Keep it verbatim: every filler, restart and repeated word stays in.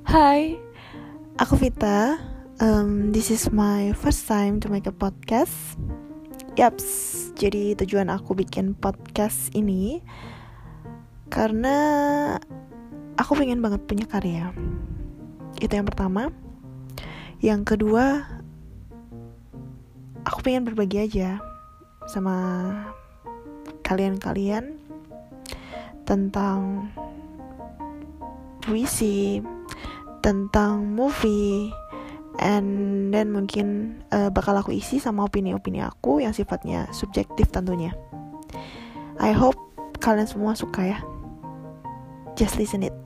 Hai, aku Vita. Um, this is my first time to make a podcast. Yaps, jadi tujuan aku bikin podcast ini karena aku pengen banget punya karya. Itu yang pertama. Yang kedua, aku pengen berbagi aja sama kalian-kalian tentang puisi, tentang movie, and then mungkin uh, bakal aku isi sama opini-opini aku yang sifatnya subjektif tentunya. I hope kalian semua suka ya. Just listen it.